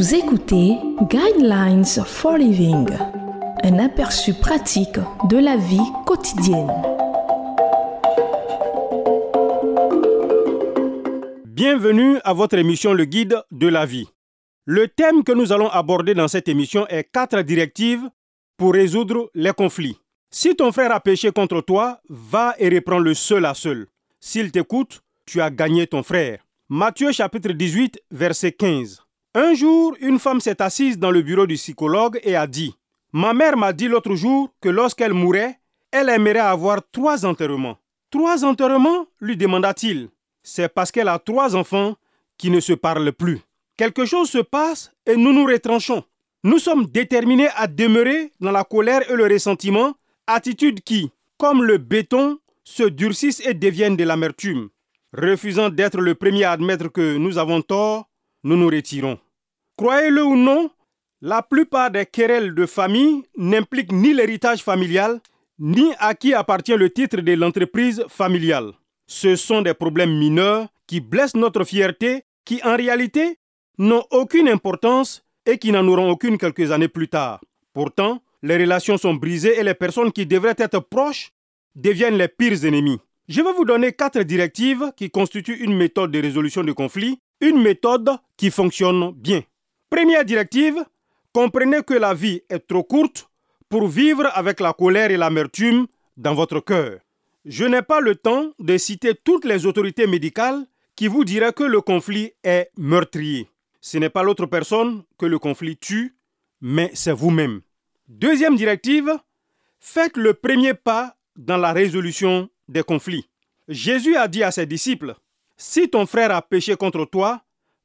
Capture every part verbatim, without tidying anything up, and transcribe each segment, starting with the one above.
Vous écoutez Guidelines for Living, un aperçu pratique de la vie quotidienne. Bienvenue à votre émission Le Guide de la vie. Le thème que nous allons aborder dans cette émission est quatre directives pour résoudre les conflits. Si ton frère a péché contre toi, va et reprends-le seul à seul. S'il t'écoute, tu as gagné ton frère. Matthieu chapitre dix-huit, verset quinze. Un jour, une femme s'est assise dans le bureau du psychologue et a dit « Ma mère m'a dit l'autre jour que lorsqu'elle mourrait, elle aimerait avoir trois enterrements. » « Trois enterrements ?» lui demanda-t-il. « C'est parce qu'elle a trois enfants qui ne se parlent plus. » Quelque chose se passe et nous nous retranchons. Nous sommes déterminés à demeurer dans la colère et le ressentiment, attitudes qui, comme le béton, se durcissent et deviennent de l'amertume. Refusant d'être le premier à admettre que nous avons tort, nous nous retirons. Croyez-le ou non, la plupart des querelles de famille n'impliquent ni l'héritage familial, ni à qui appartient le titre de l'entreprise familiale. Ce sont des problèmes mineurs qui blessent notre fierté, qui en réalité n'ont aucune importance et qui n'en auront aucune quelques années plus tard. Pourtant, les relations sont brisées et les personnes qui devraient être proches deviennent les pires ennemis. Je vais vous donner quatre directives qui constituent une méthode de résolution de conflits, une méthode qui fonctionne bien. Première directive, comprenez que la vie est trop courte pour vivre avec la colère et l'amertume dans votre cœur. Je n'ai pas le temps de citer toutes les autorités médicales qui vous diraient que le conflit est meurtrier. Ce n'est pas l'autre personne que le conflit tue, mais c'est vous-même. Deuxième directive, faites le premier pas dans la résolution des conflits. Jésus a dit à ses disciples, « Si ton frère a péché contre toi,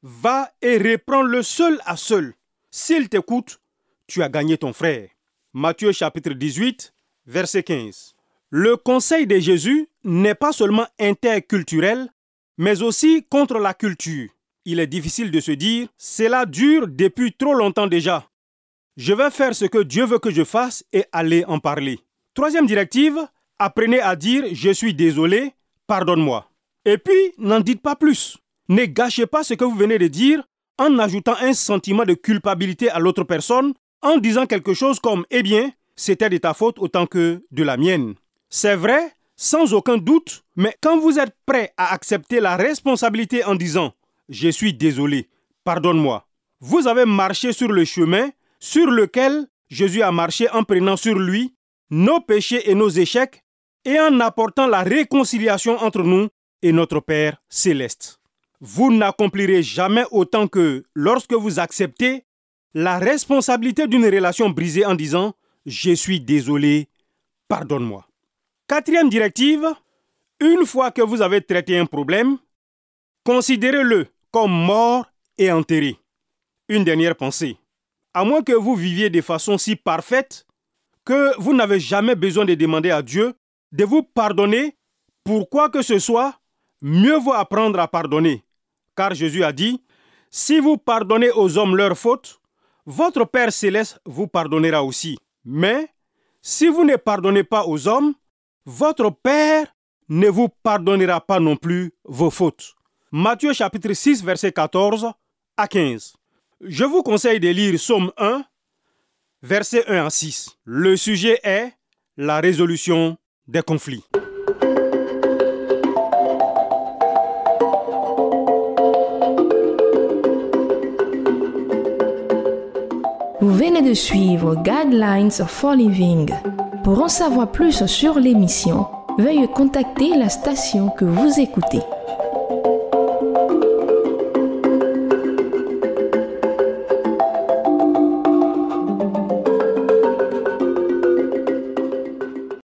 va et reprends-le seul à seul. S'il t'écoute, tu as gagné ton frère. » Matthieu chapitre dix-huit, verset quinze. Le conseil de Jésus n'est pas seulement interculturel, mais aussi contre la culture. Il est difficile de se dire, cela dure depuis trop longtemps déjà. Je vais faire ce que Dieu veut que je fasse et aller en parler. Troisième directive, apprenez à dire « je suis désolé, pardonne-moi ». Et puis, n'en dites pas plus. Ne gâchez pas ce que vous venez de dire en ajoutant un sentiment de culpabilité à l'autre personne, en disant quelque chose comme « eh bien, c'était de ta faute autant que de la mienne ». C'est vrai, sans aucun doute, mais quand vous êtes prêt à accepter la responsabilité en disant « je suis désolé, pardonne-moi », vous avez marché sur le chemin sur lequel Jésus a marché en prenant sur lui nos péchés et nos échecs et en apportant la réconciliation entre nous et notre Père céleste. Vous n'accomplirez jamais autant que lorsque vous acceptez la responsabilité d'une relation brisée en disant « je suis désolé, pardonne-moi ». Quatrième directive, une fois que vous avez traité un problème, considérez-le comme mort et enterré. Une dernière pensée. À moins que vous viviez de façon si parfaite que vous n'avez jamais besoin de demander à Dieu de vous pardonner pour quoi que ce soit, mieux vaut apprendre à pardonner. Car Jésus a dit, « Si vous pardonnez aux hommes leurs fautes, votre Père céleste vous pardonnera aussi. Mais si vous ne pardonnez pas aux hommes, votre Père ne vous pardonnera pas non plus vos fautes. » Matthieu chapitre six, verset quatorze à quinze. Je vous conseille de lire Psaume un, verset un à six. Le sujet est la résolution des conflits. Vous venez de suivre Guidelines for Living. Pour en savoir plus sur l'émission, veuillez contacter la station que vous écoutez.